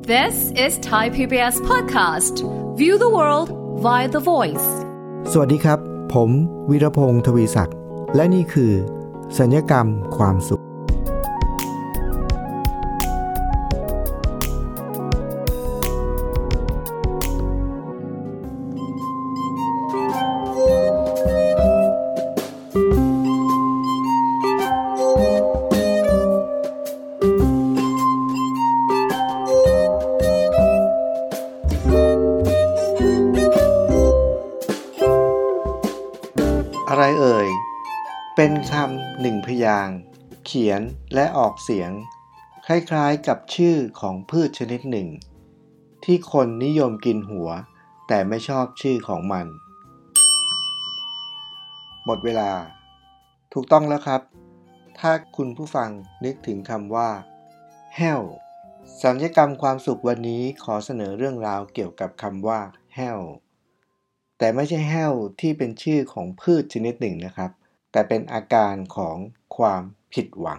This is Thai PBS podcast. View the world via the voice. สวัสดีครับผมวีรพงศ์ทวีศักดิ์และนี่คือสัญญกรรมความสุขอะไรเอ่ยเป็นคำหนึ่งพยางค์เขียนและออกเสียงคล้ายๆกับชื่อของพืชชนิดหนึ่งที่คนนิยมกินหัวแต่ไม่ชอบชื่อของมันหมดเวลาถูกต้องแล้วครับถ้าคุณผู้ฟังนึกถึงคำว่าแห้วสัญญกรรมความสุขวันนี้ขอเสนอเรื่องราวเกี่ยวกับคำว่าแห้วแต่ไม่ใช่แห้วที่เป็นชื่อของพืชชนิดหนึ่งนะครับแต่เป็นอาการของความผิดหวัง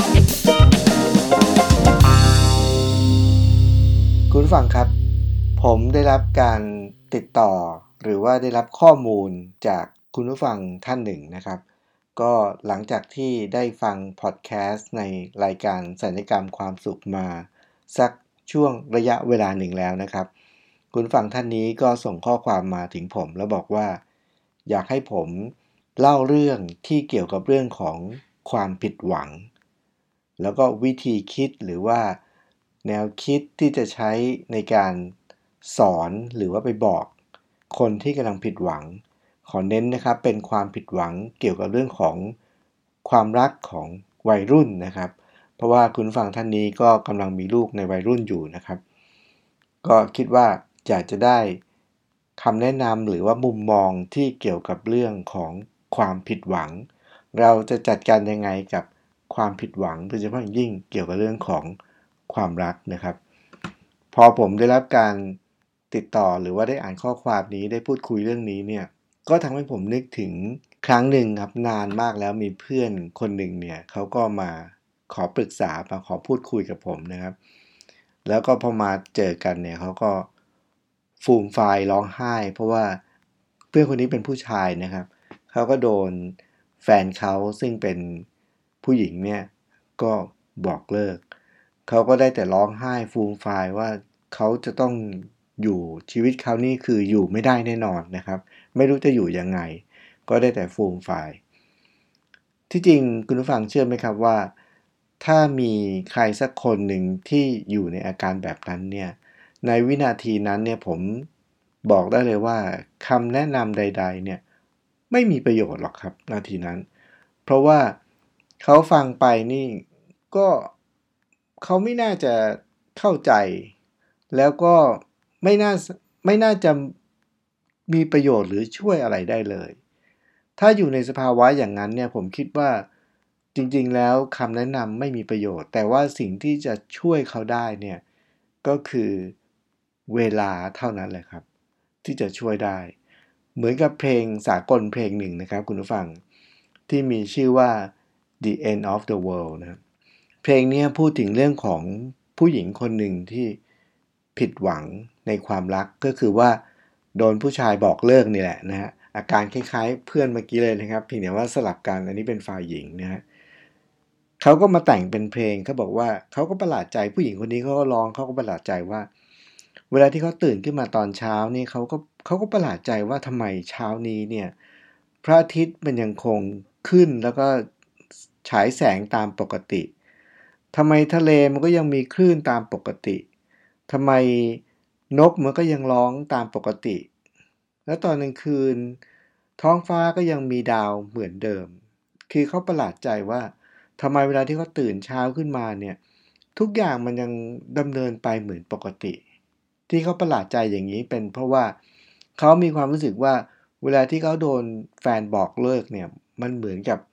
คุณผู้ฟังครับผมได้รับการติดต่อหรือว่าได้รับข้อมูลจากคุณผู้ฟังท่านหนึ่งนะครับก็หลังจากที่ได้ฟังพอดแคสต์ในรายการสัญญกรรมความสุขมาสักช่วงระยะเวลาหนึ่งแล้วนะครับคุณผู้ฟังท่านนี้ก็ส่งข้อความมาถึงผมแล้วบอกว่าอยากให้ผมเล่าเรื่องที่เกี่ยวกับเรื่องของความผิดหวังแล้วก็วิธีคิดหรือว่าแนวคิดที่จะใช้ในการสอนหรือว่าไปบอกคนที่กำลังผิดหวังขอเน้นนะครับเป็นความผิดหวังเกี่ยวกับเรื่องของความรักของวัยรุ่นนะครับเพราะว่าคุณฟังท่านนี้ก็กำลังมีลูกในวัยรุ่นอยู่นะครับก็คิดว่าอยากจะได้คำแนะนำหรือว่ามุมมองที่เกี่ยวกับเรื่องของความผิดหวังเราจะจัดการยังไงกับความผิดหวังโดยเฉพาะยิ่งเกี่ยวกับเรื่องของความรักนะครับพอผมได้รับการติดต่อหรือว่าได้อ่านข้อความนี้ได้พูดคุยเรื่องนี้เนี่ยก็ทำให้ผมนึกถึงครั้งหนึ่งครับนานมากแล้วมีเพื่อนคนหนึ่งเนี่ยเขาก็มาขอปรึกษามาขอพูดคุยกับผมนะครับแล้วก็พอมาเจอกันเนี่ยเขาก็ฟูมฟายร้องไห้เพราะว่าเพื่อนคนนี้เป็นผู้ชายนะครับเขาก็โดนแฟนเขาซึ่งเป็นผู้หญิงเนี่ยก็บอกเลิกเขาก็ได้แต่ร้องไห้ฟูมฟายว่าเขาจะต้องอยู่ชีวิตเขานี่คืออยู่ไม่ได้แน่นอนนะครับไม่รู้จะอยู่ยังไงก็ได้แต่ฟูมฟายที่จริงคุณผู้ฟังเชื่อไหมครับว่าถ้ามีใครสักคนหนึ่งที่อยู่ในอาการแบบนั้นเนี่ยในวินาทีนั้นเนี่ยผมบอกได้เลยว่าคำแนะนำใดๆเนี่ยไม่มีประโยชน์หรอกครับนาทีนั้นเพราะว่าเขาฟังไปนี่ก็เขาไม่น่าจะเข้าใจแล้วก็ไม่น่าจะมีประโยชน์หรือช่วยอะไรได้เลยถ้าอยู่ในสภาวะอย่างนั้นเนี่ยผมคิดว่าจริงๆแล้วคำแนะนำไม่มีประโยชน์แต่ว่าสิ่งที่จะช่วยเขาได้เนี่ยก็คือเวลาเท่านั้นแหละครับที่จะช่วยได้เหมือนกับเพลงสากลเพลงหนึ่งนะครับคุณผู้ฟังที่มีชื่อว่า The End of the World นะครับเพลงนี้พูดถึงเรื่องของผู้หญิงคนหนึ่งที่ผิดหวังในความรักก็คือว่าโดนผู้ชายบอกเลิกนี่แหละนะฮะอาการคล้ายๆเพื่อนเมื่อกี้เลยนะครับเพียงแต่ว่าสลับกันอันนี้เป็นฝ่ายหญิงนะฮะเขาก็มาแต่งเป็นเพลงเขาบอกว่าเขาก็ประหลาดใจผู้หญิงคนนี้เขาก็ร้องเขาก็ประหลาดใจว่าเวลาที่เขาตื่นขึ้นมาตอนเช้านี่เขาก็ประหลาดใจว่าทำไมเช้านี้เนี่ยพระอาทิตย์มันยังคงขึ้นแล้วก็ฉายแสงตามปกติทำไมทะเลมันก็ยังมีคลื่นตามปกติทำไมนกมันก็ยังร้องตามปกติแล้วตอนกลางคืนท้องฟ้าก็ยังมีดาวเหมือนเดิมคือเขาประหลาดใจว่าทำไมเวลาที่เขาตื่นเช้าขึ้นมาเนี่ยทุกอย่างมันยังดำเนินไปเหมือนปกติที่เขาประหลาดใจอย่างนี้เป็นเพราะว่าเขามีความรู้สึกว่าเวลาที่เขาโดนแฟนบอกเลิกเนี่ยมันเหมือนกับ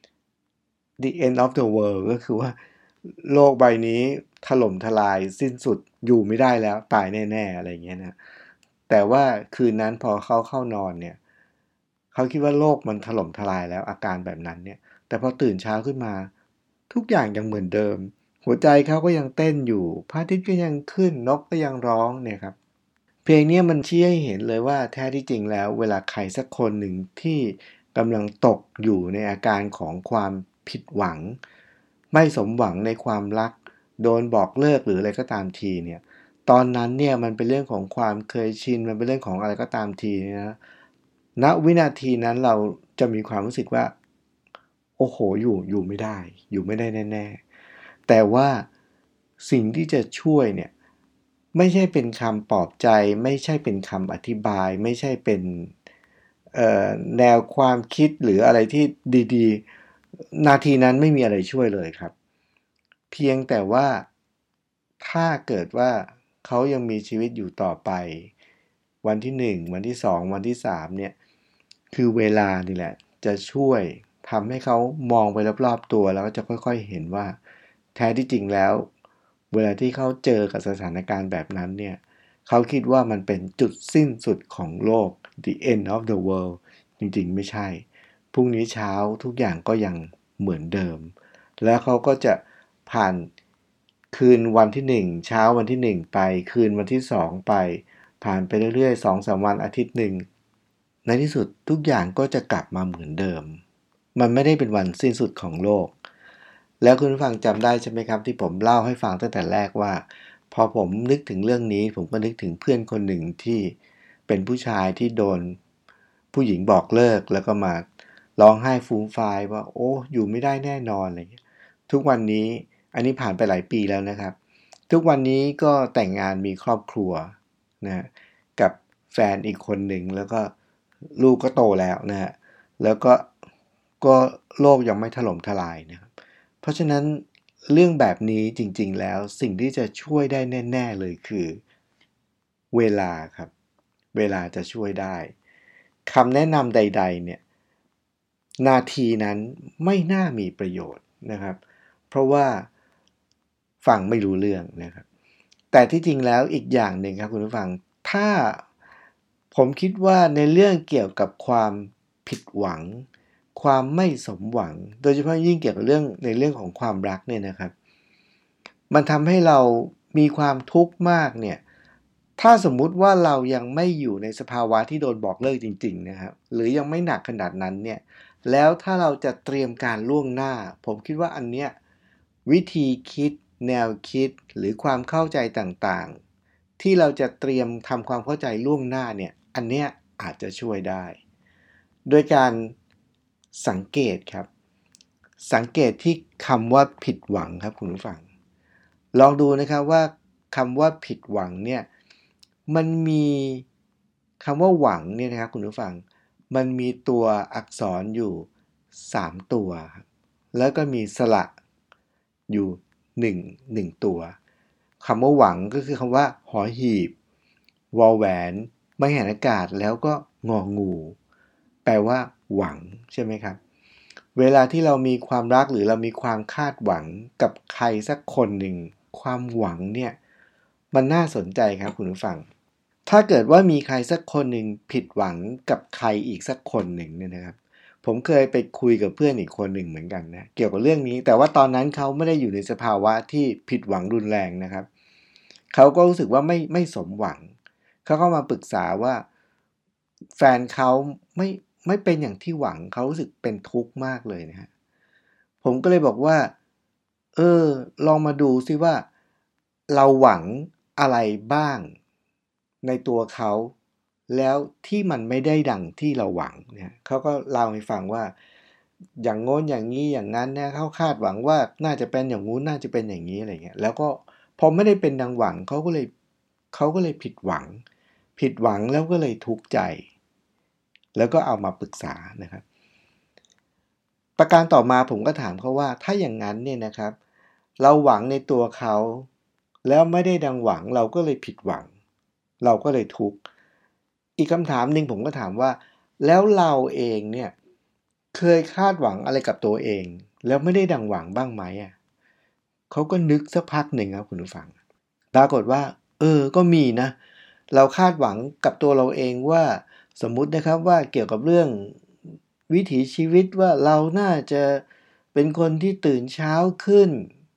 the end of the world ก็คือว่าโลกใบนี้ถล่มทลายสิ้นสุดอยู่ไม่ได้แล้วตายแน่ๆอะไรอย่างเงี้ยนะแต่ว่าคืนนั้นพอเขาเข้านอนเนี่ยเขาคิดว่าโลกมันถล่มทลายแล้วอาการแบบนั้นเนี่ยแต่พอตื่นเช้าขึ้นมาทุกอย่างยังเหมือนเดิมหัวใจเขาก็ยังเต้นอยู่พระอาทิตย์ก็ยังขึ้นนกก็ยังร้องเนี่ยครับเพลงนี้มันชี้ให้เห็นเลยว่าแท้ที่จริงแล้วเวลาใครสักคนหนึ่งที่กำลังตกอยู่ในอาการของความผิดหวังไม่สมหวังในความรักโดนบอกเลิกหรืออะไรก็ตามทีเนี่ยตอนนั้นเนี่ยมันเป็นเรื่องของความเคยชินมันเป็นเรื่องของอะไรก็ตามทีนะณวินาทีนั้นเราจะมีความรู้สึกว่าโอ้โหอยู่ไม่ได้อยู่ไม่ได้แน่ๆแต่ว่าสิ่งที่จะช่วยเนี่ยไม่ใช่เป็นคำปลอบใจไม่ใช่เป็นคำอธิบายไม่ใช่เป็นแนวความคิดหรืออะไรที่ดีๆนาทีนั้นไม่มีอะไรช่วยเลยครับเพียงแต่ว่าถ้าเกิดว่าเขายังมีชีวิตอยู่ต่อไปวันที่1วันที่2วันที่3เนี่ยคือเวลานี่แหละจะช่วยทำให้เขามองไปรอบๆตัวแล้วก็จะค่อยๆเห็นว่าแท้ที่จริงแล้วเวลาที่เขาเจอกับสถานการณ์แบบนั้นเนี่ยเขาคิดว่ามันเป็นจุดสิ้นสุดของโลก the end of the world จริงๆไม่ใช่พรุ่งนี้เช้าทุกอย่างก็ยังเหมือนเดิมแล้วเขาก็จะผ่านคืนวันที่1เช้าวันที่1ไปคืนวันที่2ไปผ่านไปเรื่อยๆ2-3วันอาทิตย์หนึ่งในที่สุดทุกอย่างก็จะกลับมาเหมือนเดิมมันไม่ได้เป็นวันสิ้นสุดของโลกแล้วคุณผู้ฟังจำได้ใช่ไหมครับที่ผมเล่าให้ฟังตั้งแต่แรกว่าพอผมนึกถึงเรื่องนี้ผมก็นึกถึงเพื่อนคนหนึ่งที่เป็นผู้ชายที่โดนผู้หญิงบอกเลิกแล้วก็มาร้องไห้ฟูมฟายว่าโอ้อยู่ไม่ได้แน่นอนอะไรอย่างเงี้ยทุกวันนี้อันนี้ผ่านไปหลายปีแล้วนะครับทุกวันนี้ก็แต่งงานมีครอบครัวนะกับแฟนอีกคนหนึ่งแล้วก็ลูกก็โตแล้วนะฮะแล้วก็โลกยังไม่ถล่มทลายนะครับเพราะฉะนั้นเรื่องแบบนี้จริงๆแล้วสิ่งที่จะช่วยได้แน่ๆเลยคือเวลาครับเวลาจะช่วยได้คำแนะนำใดๆเนี่ยนาทีนั้นไม่น่ามีประโยชน์นะครับเพราะว่าฟังไม่รู้เรื่องนะครับแต่ที่จริงแล้วอีกอย่างหนึ่งครับคุณผู้ฟังถ้าผมคิดว่าในเรื่องเกี่ยวกับความผิดหวังความไม่สมหวังโดยเฉพาะยิ่งเกี่ยวกับเรื่องในเรื่องของความรักเนี่ยนะครับมันทำให้เรามีความทุกข์มากเนี่ยถ้าสมมุติว่าเรายังไม่อยู่ในสภาวะที่โดนบอกเลิกจริงๆนะครับหรือยังไม่หนักขนาดนั้นเนี่ยแล้วถ้าเราจะเตรียมการล่วงหน้าผมคิดว่าอันเนี้ยวิธีคิดแนวคิดหรือความเข้าใจต่างๆที่เราจะเตรียมทำความเข้าใจล่วงหน้าเนี่ยอันเนี้ยอาจจะช่วยได้โดยการสังเกตครับสังเกตที่คำว่าผิดหวังครับคุณผู้ฟังลองดูนะครับว่าคำว่าผิดหวังเนี่ยมันมีคำว่าหวังเนี่ยนะครับคุณผู้ฟังมันมีตัวอักษรอยู่3ตัวครับแล้วก็มีสระอยู่1ตัวคำว่าหวังก็คือคำว่าหอหีบวอแหวนไม่หันอากาศแล้วก็งองูแปลว่าหวังใช่ไหมครับเวลาที่เรามีความรักหรือเรามีความคาดหวังกับใครสักคนหนึ่งความหวังเนี่ยมันน่าสนใจครับคุณผู้ฟังถ้าเกิดว่ามีใครสักคนหนึ่งผิดหวังกับใครอีกสักคนหนึ่งเนี่ยนะครับผมเคยไปคุยกับเพื่อนอีกคนหนึ่งเหมือนกันนะเกี่ยวกับเรื่องนี้แต่ว่าตอนนั้นเขาไม่ได้อยู่ในสภาวะที่ผิดหวังรุนแรงนะครับเขาก็รู้สึกว่าไม่สมหวังเขาก็มาปรึกษาว่าแฟนเขาไม่ไม่เป็นอย่างที่หวังเขารู้สึกเป็นทุกข์มากเลยนะฮะผมก็เลยบอกว่าลองมาดูซิว่าเราหวังอะไรบ้างในตัวเขาแล้วที่มันไม่ได้ดังที่เราหวังเนี่ยเขาก็เล่าให้ฟังว่าอย่างโน้นอย่างนี้อย่างนั้นเนี่ยเขาคาดหวังว่าน่าจะเป็นอย่างงู้นน่าจะเป็นอย่างนี้อะไรเงี้ยแล้วก็พอไม่ได้เป็นดังหวังเขาก็เลยผิดหวังแล้วก็เลยทุกข์ใจแล้วก็เอามาปรึกษานะครับประการต่อมาผมก็ถามเขาว่าถ้าอย่างนั้นเนี่ยนะครับเราหวังในตัวเขาแล้วไม่ได้ดังหวังเราก็เลยผิดหวังเราก็เลยทุกข์อีกคำถามหนึ่งผมก็ถามว่าแล้วเราเองเนี่ยเคยคาดหวังอะไรกับตัวเองแล้วไม่ได้ดังหวังบ้างไหมอ่ะเขาก็นึกสักพักหนึ่งครับคุณผู้ฟังปรากฏว่าก็มีนะเราคาดหวังกับตัวเราเองว่าสมมุตินะครับว่าเกี่ยวกับเรื่องวิถีชีวิตว่าเราน่าจะเป็นคนที่ตื่นเช้าขึ้น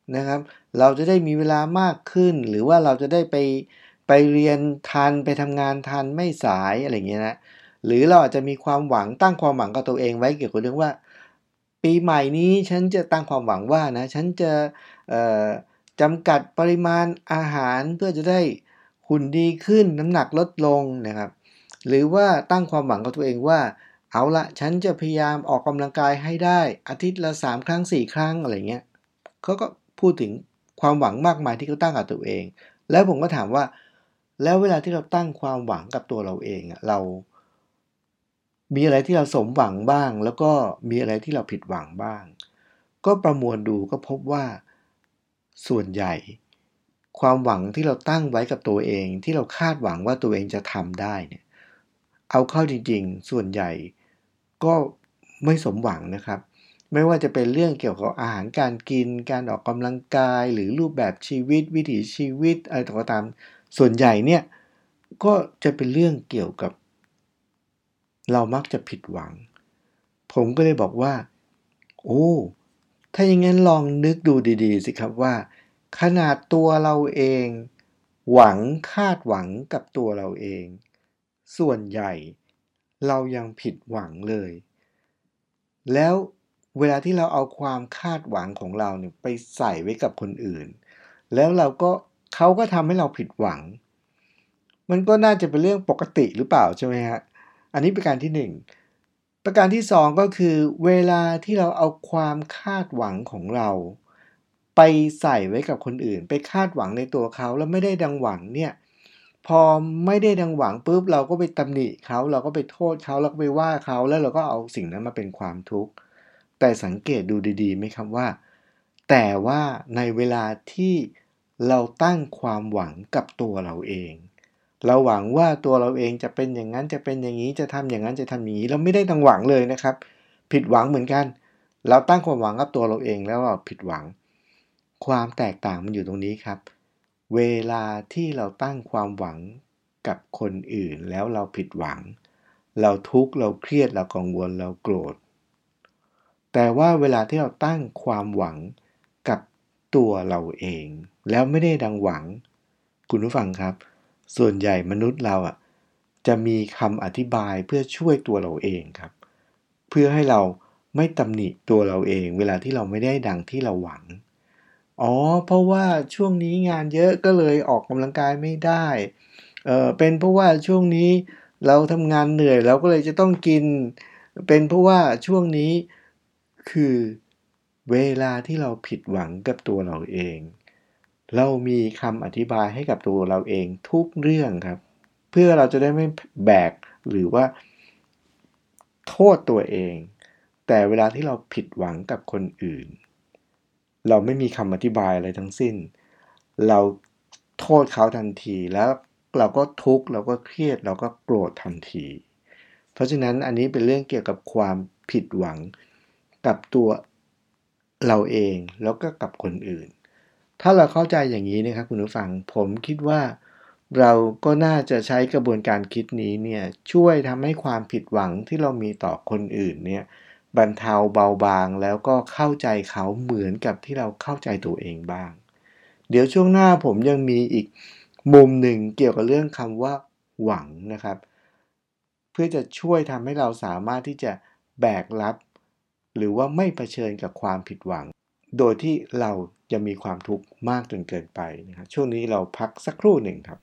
นะครับเราจะได้มีเวลามากขึ้นหรือว่าเราจะได้ไปเรียนทันไปทำงานทันไม่สายอะไรอย่างเงี้ยนะหรือเราอาจจะมีความหวังตั้งความหวังกับตัวเองไว้เกี่ยวกับเรื่องว่าปีใหม่นี้ฉันจะตั้งความหวังว่านะฉันจะเอ่อจำกัดปริมาณอาหารเพื่อจะได้หุ่นดีขึ้นน้ำหนักลดลงนะครับหรือว่าตั้งความหวังกับตัวเองว่าเอาละฉันจะพยายามออกกำลังกายให้ได้อาทิตย์ละ3 ครั้ง4 ครั้งอะไรเงี้ยเขาก็พูดถึงความหวังมากมายที่เขาตั้งกับตัวเองแล้วผมก็ถามว่าแล้วเวลาที่เราตั้งความหวังกับตัวเราเองเรามีอะไรที่เราสมหวังบ้างแล้วก็มีอะไรที่เราผิดหวังบ้างก็ประมวลดูก็พบว่าส่วนใหญ่ความหวังที่เราตั้งไว้กับตัวเองที่เราคาดหวังว่าตัวเองจะทำได้เนี่ยเอาเข้าจริงๆส่วนใหญ่ก็ไม่สมหวังนะครับไม่ว่าจะเป็นเรื่องเกี่ยวกับอาหารการกินการออกกำลังกายหรือรูปแบบชีวิตวิถีชีวิตอะไรต่างๆตามส่วนใหญ่เนี่ยก็จะเป็นเรื่องเกี่ยวกับเรามักจะผิดหวังผมก็เลยบอกว่าโอ้ถ้าอย่างนั้นลองนึกดูดีๆสิครับว่าขนาดตัวเราเองหวังคาดหวังกับตัวเราเองส่วนใหญ่เรายังผิดหวังเลยแล้วเวลาที่เราเอาความคาดหวังของเราเนี่ยไปใส่ไว้กับคนอื่นแล้วเขาก็ทำให้เราผิดหวังมันก็น่าจะเป็นเรื่องปกติหรือเปล่าใช่ไหมฮะอันนี้ประการที่1ประการที่2ก็คือเวลาที่เราเอาความคาดหวังของเราไปใส่ไว้กับคนอื่นไปคาดหวังในตัวเขาแล้วไม่ได้ดังหวังเนี่ยพอไม่ได้ดังหวังปุ๊บเราก็ไปตำหนิเขาเราก็ไปโทษเขาเราก็ไปว่าเขาแล้วเราก็เอาสิ่งนั้นมาเป็นความทุกข์แต่สังเกตดูดีๆไหมครับว่าแต่ว่าในเวลาที่เราตั้งความหวังกับตัวเราเองเราหวังว่าตัวเราเองจะเป็นอย่างนั้นจะเป็นอย่างนี้จะทำอย่างนั้นจะทำอย่างนี้เราไม่ได้ดังหวังเลยนะครับผิดหวังเหมือนกันเราตั้งความหวังกับตัวเราเองแล้วเราผิดหวังความแตกต่างมันอยู่ตรงนี้ครับเวลาที่เราตั้งความหวังกับคนอื่นแล้วเราผิดหวังเราทุกข์เราเครียดเรากังวลเราโกรธแต่ว่าเวลาที่เราตั้งความหวังกับตัวเราเองแล้วไม่ได้ดังหวังคุณผู้ฟังครับส่วนใหญ่มนุษย์เราจะมีคำอธิบายเพื่อช่วยตัวเราเองครับเพื่อให้เราไม่ตำหนิตัวเราเองเวลาที่เราไม่ได้ดังที่เราหวังเพราะว่าช่วงนี้งานเยอะก็เลยออกกำลังกายไม่ได้เป็นเพราะว่าช่วงนี้เราทำงานเหนื่อยเราก็เลยจะต้องกินเป็นเพราะว่าช่วงนี้คือเวลาที่เราผิดหวังกับตัวเราเองเรามีคำอธิบายให้กับตัวเราเองทุกเรื่องครับเพื่อเราจะได้ไม่แบกหรือว่าโทษตัวเองแต่เวลาที่เราผิดหวังกับคนอื่นเราไม่มีคำอธิบายอะไรทั้งสิ้นเราโทษเขาทันทีแล้วเราก็ทุกข์เราก็เครียดเราก็โกรธทันทีเพราะฉะนั้นอันนี้เป็นเรื่องเกี่ยวกับความผิดหวังกับตัวเราเองแล้วก็กับคนอื่นถ้าเราเข้าใจอย่างนี้นะครับคุณผู้ฟังผมคิดว่าเราก็น่าจะใช้กระบวนการคิดนี้เนี่ยช่วยทำให้ความผิดหวังที่เรามีต่อคนอื่นเนี่ยบรรเทาเบาบางแล้วก็เข้าใจเขาเหมือนกับที่เราเข้าใจตัวเองบ้างเดี๋ยวช่วงหน้าผมยังมีอีกมุมหนึ่งเกี่ยวกับเรื่องคำว่าหวังนะครับเพื่อจะช่วยทำให้เราสามารถที่จะแบกรับหรือว่าไม่เผชิญกับความผิดหวังโดยที่เราจะมีความทุกข์มากจนเกินไปนะครับช่วงนี้เราพักสักครู่หนึ่งครับ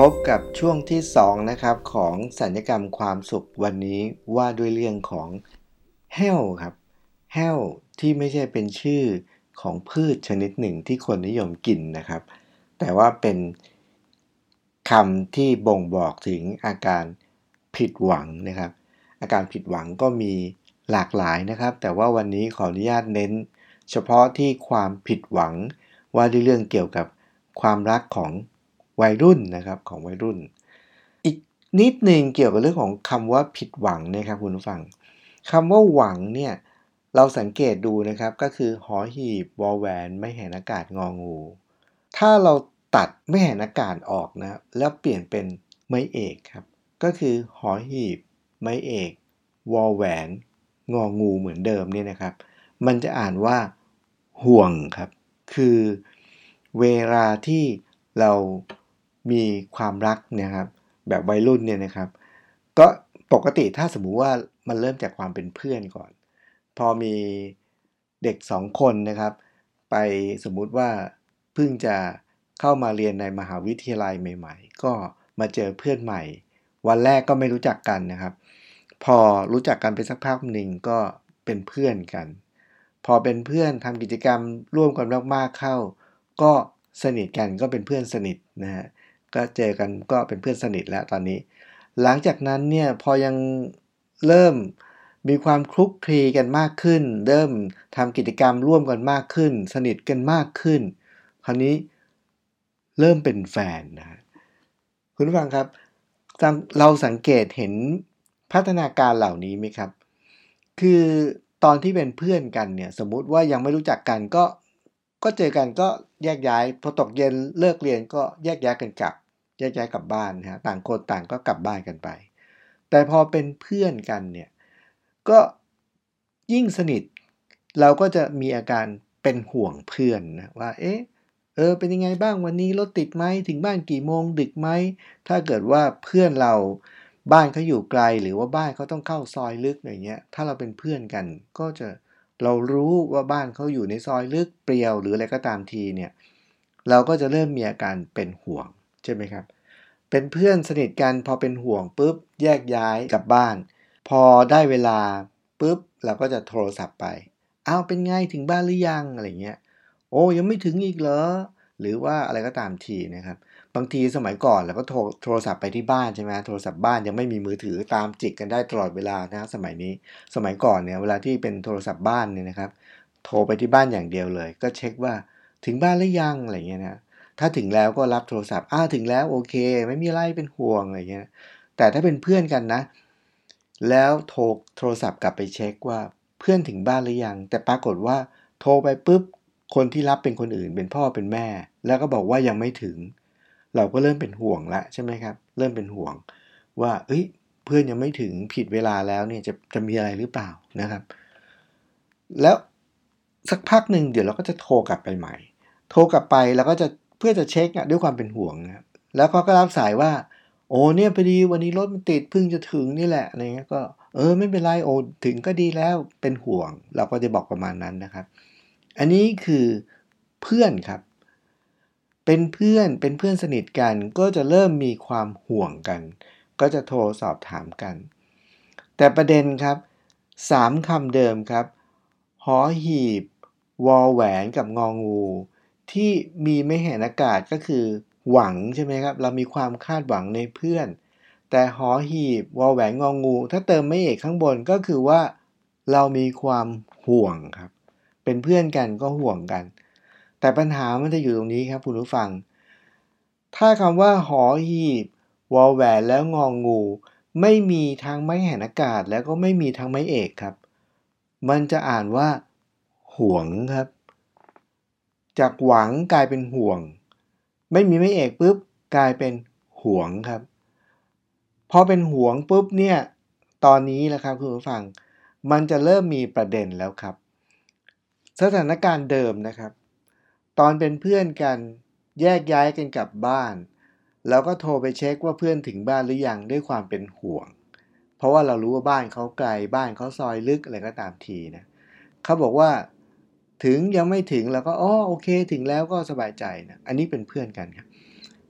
บกับช่วงที่2นะครับของสัญญกรรมความสุขวันนี้ว่าด้วยเรื่องของแห้วครับแห้วที่ไม่ใช่เป็นชื่อของพืชชนิดหนึ่งที่คนนิยมกินนะครับแต่ว่าเป็นคำที่บ่งบอกถึงอาการผิดหวังนะครับอาการผิดหวังก็มีหลากหลายนะครับแต่ว่าวันนี้ขออนุญาตเน้นเฉพาะที่ความผิดหวังว่าด้วยเรื่องเกี่ยวกับความรักของวัยรุ่นนะครับของวัยรุ่นอีกนิดหนึ่งเกี่ยวกับเรื่องของคำว่าผิดหวังนะครับคุณผู้ฟังคำว่าหวังเนี่ยเราสังเกตดูนะครับก็คือหอหีบวอแหวนไม่แหนอากาศงองูถ้าเราตัดไม่แหนอากาศออกนะแล้วเปลี่ยนเป็นไม้เอกครับก็คือหอหีบไม้เอกวอแหวนงองูเหมือนเดิมเนี่ยนะครับมันจะอ่านว่าห่วงครับคือเวลาที่เรามีความรักนะครับแบบวัยรุ่นเนี่ยนะครับก็ปกติถ้าสมมุติว่ามันเริ่มจากความเป็นเพื่อนก่อนพอมีเด็ก2คนนะครับไปสมมุติว่าเพิ่งจะเข้ามาเรียนในมหาวิทยาลัยใหม่ๆก็มาเจอเพื่อนใหม่วันแรกก็ไม่รู้จักกันนะครับพอรู้จักกันไปสักพักหนึ่งก็เป็นเพื่อนกันพอเป็นเพื่อนทำกิจกรรมร่วมกันมากๆเข้าก็สนิทกันก็เป็นเพื่อนสนิทนะฮะก็เจอกันก็เป็นเพื่อนสนิทแล้วตอนนี้หลังจากนั้นเนี่ยพอยังเริ่มมีความคลุกคลีกันมากขึ้นเริ่มทำกิจกรรมร่วมกันมากขึ้นสนิทกันมากขึ้นคราวนี้เริ่มเป็นแฟนนะคุณผู้ฟังครับเราสังเกตเห็นพัฒนาการเหล่านี้ไหมครับคือตอนที่เป็นเพื่อนกันเนี่ยสมมุติว่ายังไม่รู้จักกันก็เจอกันก็แยกย้ายพอตกเย็นเลิกเรียนก็แยกย้ายกันกลับแยกย้ายกลับบ้านนะฮะต่างคนต่างก็กลับบ้านกันไปแต่พอเป็นเพื่อนกันเนี่ยก็ยิ่งสนิทเราก็จะมีอาการเป็นห่วงเพื่อนนะว่าเป็นยังไงบ้างวันนี้รถติดไหมถึงบ้านกี่โมงดึกไหมถ้าเกิดว่าเพื่อนเราบ้านเขาอยู่ไกลหรือว่าบ้านเขาต้องเข้าซอยลึกอย่างเงี้ยถ้าเราเป็นเพื่อนกันก็จะเรารู้ว่าบ้านเขาอยู่ในซอยลึกเปลี่ยวหรืออะไรก็ตามทีเนี่ยเราก็จะเริ่มมีอาการเป็นห่วงใช่ไหมครับเป็นเพื่อนสนิทกันพอเป็นห่วงปุ๊บแยกย้ายกลับบ้านพอได้เวลาปุ๊บเราก็จะโทรศัพท์ไปอ้าวเป็นไงถึงบ้านหรือยังอะไรเงี้ยโอ้ยังไม่ถึงอีกเหรอหรือว่าอะไรก็ตามทีนะครับบางทีสมัยก่อนเราก็โทรศัพท์ไปที่บ้านใช่ไหมโทรศัพท์บ้านยังไม่มีมือถือตามจิกกันได้ตลอดเวลานะสมัยนี้สมัยก่อนเนี่ยเวลาที่เป็นโทรศัพท์บ้านเนี่ยนะครับโทรไปที่บ้านอย่างเดียวเลยก็เช็คว่าถึงบ้านหรือยังอะไรเงี้ยนะถ้าถึงแล้วก็รับโทรศัพท์ถึงแล้วโอเคไม่มีอะไรเป็นห่วงอะไรเงี้ยแต่ถ้าเป็นเพื่อนกันนะแล้วโทรศัพท์กลับไปเช็คว่าเพื่อนถึงบ้านหรือยังแต่ปรากฏว่าโทรไปปุ๊บคนที่รับเป็นคนอื่นเป็นพ่อเป็นแม่แล้วก็บอกว่ายังไม่ถึงเราก็เริ่มเป็นห่วงแล้วใช่ไหมครับเริ่มเป็นห่วงว่าเพื่อนยังไม่ถึงผิดเวลาแล้วเนี่ยจะมีอะไรหรือเปล่านะครับแล้วสักพักหนึ่งเดี๋ยวเราก็จะโทรกลับไปใหม่โทรกลับไปแล้วก็จะเพื่อจะเช็คด้วยความเป็นห่วงนะครับแล้วเขาก็รับสายว่าโอ้เนี่ยพอดีวันนี้รถมันติดเพิ่งจะถึงนี่แหละอะไรเงี้ยก็ไม่เป็นไรโอ้ถึงก็ดีแล้วเป็นห่วงเราก็จะบอกประมาณนั้นนะครับอันนี้คือเพื่อนครับเป็นเพื่อนสนิทกันก็จะเริ่มมีความห่วงกันก็จะโทรสอบถามกันแต่ประเด็นครับ3คำเดิมครับหอหีบวอแหวนกับงองูที่มีไม่แหนอากาศก็คือหวังใช่ไหมครับเรามีความคาดหวังในเพื่อนแต่หอหีบวอแหวนงองูถ้าเติมไม่เอกข้างบนก็คือว่าเรามีความห่วงครับเป็นเพื่อนกันก็ห่วงกันแต่ปัญหามันจะอยู่ตรงนี้ครับคุณผู้ฟังถ้าคำว่าหอหีบวอแหวนแล้วงองูไม่มีทั้งไม้แหนอากาศแล้วก็ไม่มีทั้งไม้เอกครับมันจะอ่านว่าห่วงครับจากหวังกลายเป็นห่วงไม่มีไม้เอกปุ๊บกลายเป็นห่วงครับพอเป็นห่วงปุ๊บเนี่ยตอนนี้แหละครับคุณผู้ฟังมันจะเริ่มมีประเด็นแล้วครับสถานการณ์เดิมนะครับตอนเป็นเพื่อนกันแยกย้ายกันกลับบ้านแล้วก็โทรไปเช็คว่าเพื่อนถึงบ้านหรือยังด้วยความเป็นห่วงเพราะว่าเรารู้ว่าบ้านเขาไกลบ้านเขาซอยลึกอะไรก็ตามทีนะเขาบอกว่าถึงยังไม่ถึงเราก็โอเคถึงแล้วก็สบายใจนะอันนี้เป็นเพื่อนกันครับ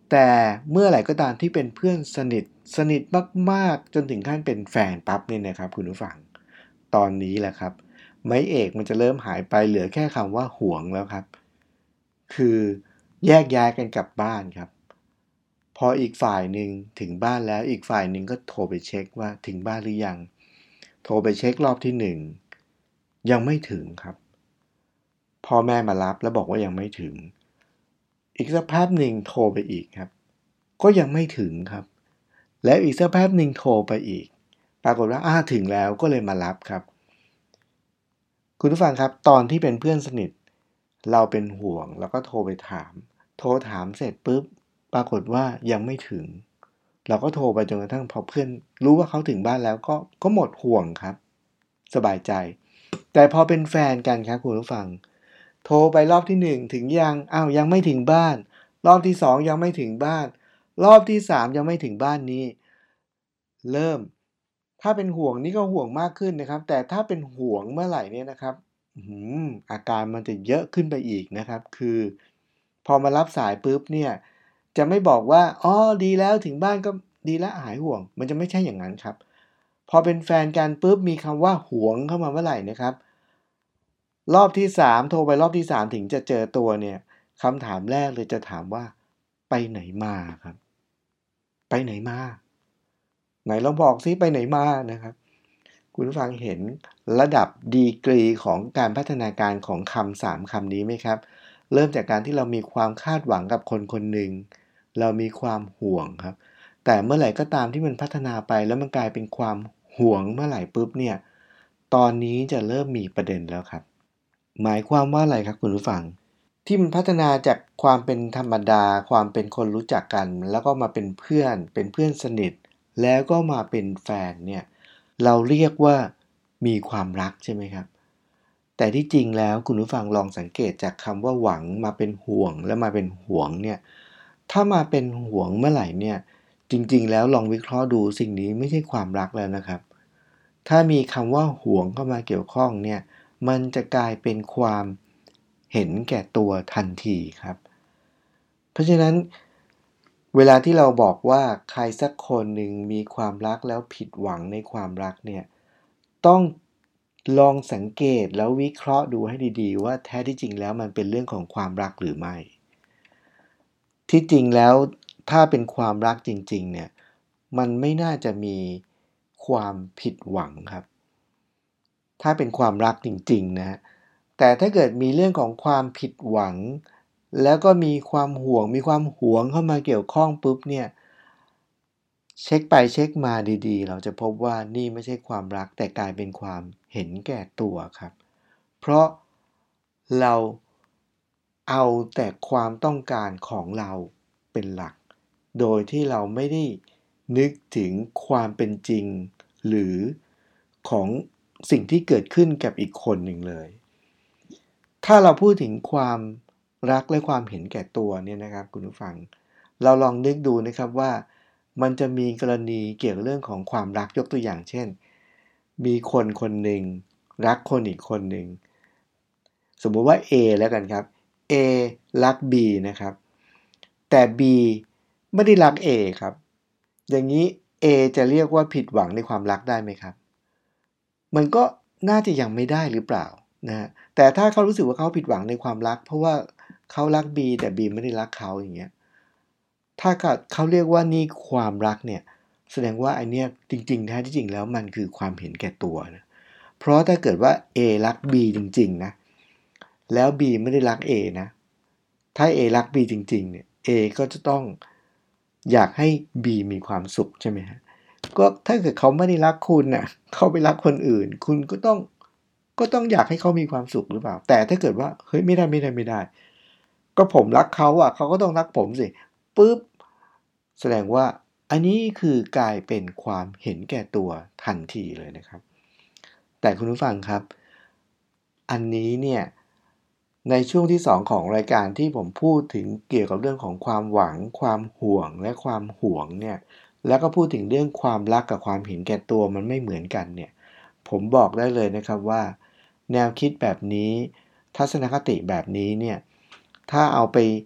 แต่เมื่อไหร่ก็ตามที่เป็นเพื่อนสนิทมากๆจนถึงขั้นเป็นแฟนปั๊บเนี่ยนะครับคุณผู้ฟังตอนนี้แหละครับไม้เอกมันจะเริ่มหายไปเหลือแค่คำว่าห่วงแล้วครับคือแยกย้ายกันกลับบ้านครับพออีกฝ่ายหนึ่งถึงบ้านแล้วอีกฝ่ายหนึ่งก็โทรไปเช็คว่าถึงบ้านหรือยังโทรไปเช็ครอบที่หนึ่งยังไม่ถึงครับพ่อแม่มารับแล้วบอกว่ายังไม่ถึงอีกสักแป๊บหนึ่งโทรไปอีกครับก็ยังไม่ถึงครับแล้วอีกสักแป๊บหนึ่งโทรไปอีกปรากฏว่าถึงแล้วก็เลยมารับครับคุณผู้ฟังครับตอนที่เป็นเพื่อนสนิทเราเป็นห่วงแล้วก็โทรไปถามโทรถามเสร็จปุ๊บปรากฏว่ายังไม่ถึงเราก็โทรไปจนกระทั่งพอเพื่อนรู้ว่าเขาถึงบ้านแล้วก็หมดห่วงครับสบายใจแต่พอเป็นแฟนกันครับคุณผู้ฟังโทรไปรอบที่1ถึงยังยังไม่ถึงบ้านรอบที่2ยังไม่ถึงบ้านรอบที่3ยังไม่ถึงบ้านนี้เริ่มถ้าเป็นห่วงนี่ก็ห่วงมากขึ้นนะครับแต่ถ้าเป็นห่วงเมื่อไหร่เนี่ยนะครับอาการมันจะเยอะขึ้นไปอีกนะครับคือพอมารับสายปุ๊บเนี่ยจะไม่บอกว่าดีแล้วถึงบ้านก็ดีแล้วหายห่วงมันจะไม่ใช่อย่างนั้นครับพอเป็นแฟนกันปุ๊บมีคำว่าหวงเข้ามาเมื่อไหร่นะครับรอบที่3โทรไปรอบที่3ถึงจะเจอตัวเนี่ยคำถามแรกเลยจะถามว่าไปไหนมาครับไปไหนมาไหนลองบอกซิไปไหนมานะครับ คุณผู้ฟังเห็นระดับดีกรีของการพัฒนาการของคำ3คำนี้ไหมครับเริ่มจากการที่เรามีความคาดหวังกับคนคนหนึ่งเรามีความห่วงครับแต่เมื่อไหร่ก็ตามที่มันพัฒนาไปแล้วมันกลายเป็นความห่วงเมื่อไหร่ปุ๊บเนี่ยตอนนี้จะเริ่มมีประเด็นแล้วครับหมายความว่าอะไรครับคุณผู้ฟังที่มันพัฒนาจากความเป็นธรรมดาความเป็นคนรู้จักกันแล้วก็มาเป็นเพื่อนสนิทแล้วก็มาเป็นแฟนเนี่ย เราเรียกว่ามีความรักใช่ไหมครับแต่ที่จริงแล้วคุณผู้ฟังลองสังเกตจากคำว่าหวังมาเป็นห่วงและมาเป็นหวงเนี่ยถ้ามาเป็นห่วงเมื่อไหร่เนี่ยจริงๆแล้วลองวิเคราะห์ดูสิ่งนี้ไม่ใช่ความรักแล้วนะครับถ้ามีคำว่าหวงเข้ามาเกี่ยวข้องเนี่ยมันจะกลายเป็นความเห็นแก่ตัวทันทีครับเพราะฉะนั้นเวลาที่เราบอกว่าใครสักคนหนึ่งมีความรักแล้วผิดหวังในความรักเนี่ย ต้องลองสังเกตแล้ววิเคราะห์ดูให้ดีๆว่าแท้ที่จริงแล้วมันเป็นเรื่องของความรักหรือไม่ที่จริงแล้วถ้าเป็นความรักจริงๆเนี่ยมันไม่น่าจะมีความผิดหวังครับถ้าเป็นความรักจริงๆนะแต่ถ้าเกิดมีเรื่องของความผิดหวังแล้วก็มีความห่วงเข้ามาเกี่ยวข้องปุ๊บเนี่ย เช็คไปเช็คมาดีๆเราจะพบว่านี่ไม่ใช่ความรักแต่กลายเป็นความเห็นแก่ตัวครับเพราะเราเอาแต่ความต้องการของเราเป็นหลักโดยที่เราไม่ได้นึกถึงความเป็นจริงหรือของสิ่งที่เกิดขึ้นกับอีกคนหนึ่งเลยถ้าเราพูดถึงความรักและความเห็นแก่ตัวเนี่ยนะครับคุณผู้ฟังเราลองนึกดูนะครับว่า มันจะมีกรณีเกี่ยวกับเรื่องของความรักยกตัวอย่างเช่นมีคนคนหนึ่งรักคนอีกคนหนึ่งสมมุติว่า A แล้วกันครับ A รัก B นะครับแต่ B ไม่ได้รัก A ครับอย่างนี้ A จะเรียกว่าผิดหวังในความรักได้ไหมครับมันก็น่าจะยังไม่ได้หรือเปล่านะฮะแต่ถ้าเขารู้สึกว่าเขาผิดหวังในความรักเพราะว่าเขารัก B แต่ B ไม่ได้รักเขาอย่างเงี้ย ถ้าเขาเรียกว่านี่ความรักเนี่ยแสดงว่าไอเนี้ยจริงๆแท้ที่จริงแล้วมันคือความเห็นแก่ตัวนะเพราะถ้าเกิดว่า A รัก B จริงๆนะแล้ว B ไม่ได้รัก A นะถ้า A รัก B จริงๆเนี่ย A ก็จะต้องอยากให้ B มีความสุขใช่ไหมฮะก็ถ้าเกิดเขาไม่ได้รักคุณน่ะเขาไปรักคนอื่นคุณก็ต้องอยากให้เขามีความสุขหรือเปล่าแต่ถ้าเกิดว่าเฮ้ยไม่ได้ก็ผมรักเขาอ่ะเขาก็ต้องรักผมสิ ปุ๊บแสดงว่าอันนี้คือกลายเป็นความเห็นแก่ตัวทันทีเลยนะครับแต่คุณผู้ฟังครับอันนี้เนี่ยในช่วงที่2ของรายการที่ผมพูดถึงเกี่ยวกับเรื่องของความหวังความห่วงและความหวงเนี่ยแล้วก็พูดถึงเรื่องความรักกับความเห็นแก่ตัวมันไม่เหมือนกันเนี่ยผมบอกได้เลยนะครับว่าแนวคิดแบบนี้ทัศนคติแบบนี้เนี่ยถ้าเอาไปพ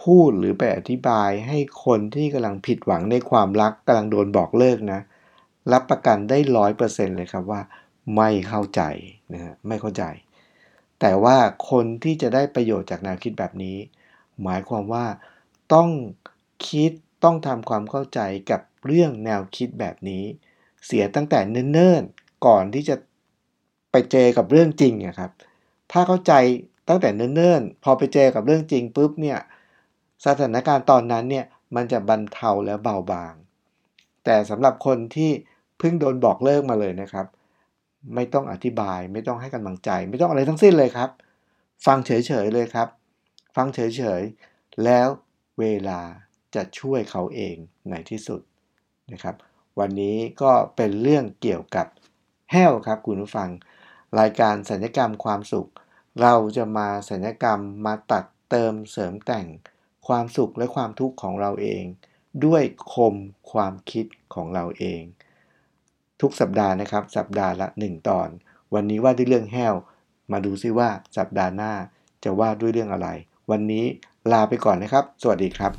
พูดหรือไปอธิบายให้คนที่กำลังผิดหวังในความรักกำลังโดนบอกเลิกนะรับประกันได้ 100% เลยครับว่าไม่เข้าใจนะฮะไม่เข้าใจแต่ว่าคนที่จะได้ประโยชน์จากแนวคิดแบบนี้หมายความว่าต้องคิดต้องทำความเข้าใจกับเรื่องแนวคิดแบบนี้เสียตั้งแต่เนิ่นๆก่อนที่จะไปเจอกับเรื่องจริงครับถ้าเข้าใจตั้งแต่เนิ่นๆพอไปเจอกับเรื่องจริงปุ๊บเนี่ยสถานการณ์ตอนนั้นเนี่ยมันจะบรรเทาและเบาบางแต่สำหรับคนที่เพิ่งโดนบอกเลิกมาเลยนะครับไม่ต้องอธิบายไม่ต้องให้กำลังใจไม่ต้องอะไรทั้งสิ้นเลยครับฟังเฉยๆเลยครับฟังเฉยๆแล้วเวลาจะช่วยเขาเองในที่สุดนะครับวันนี้ก็เป็นเรื่องเกี่ยวกับแห้วครับคุณผู้ฟังรายการสัญญกรรมความสุขเราจะมาสัญญกรรมมาตัดเติมเสริมแต่งความสุขและความทุกข์ของเราเองด้วยคมความคิดของเราเองทุกสัปดาห์นะครับสัปดาห์ละ1ตอนวันนี้ว่าด้วยเรื่องแห้วมาดูซิว่าสัปดาห์หน้าจะว่าด้วยเรื่องอะไรวันนี้ลาไปก่อนนะครับสวัสดีครับ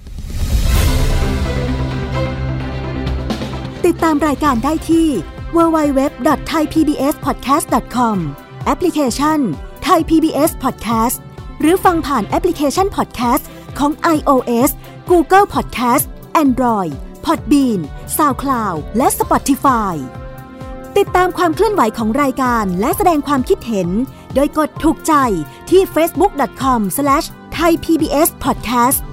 ติดตามรายการได้ที่ www.thaipbspodcast.com แอปพลิเคชัน Thai PBS Podcast หรือฟังผ่านแอปพลิเคชัน Podcast ของ iOS Google Podcast Android Podbean SoundCloud และ Spotify ติดตามความเคลื่อนไหวของรายการและแสดงความคิดเห็นโดยกดถูกใจที่ facebook.com/thaipbspodcast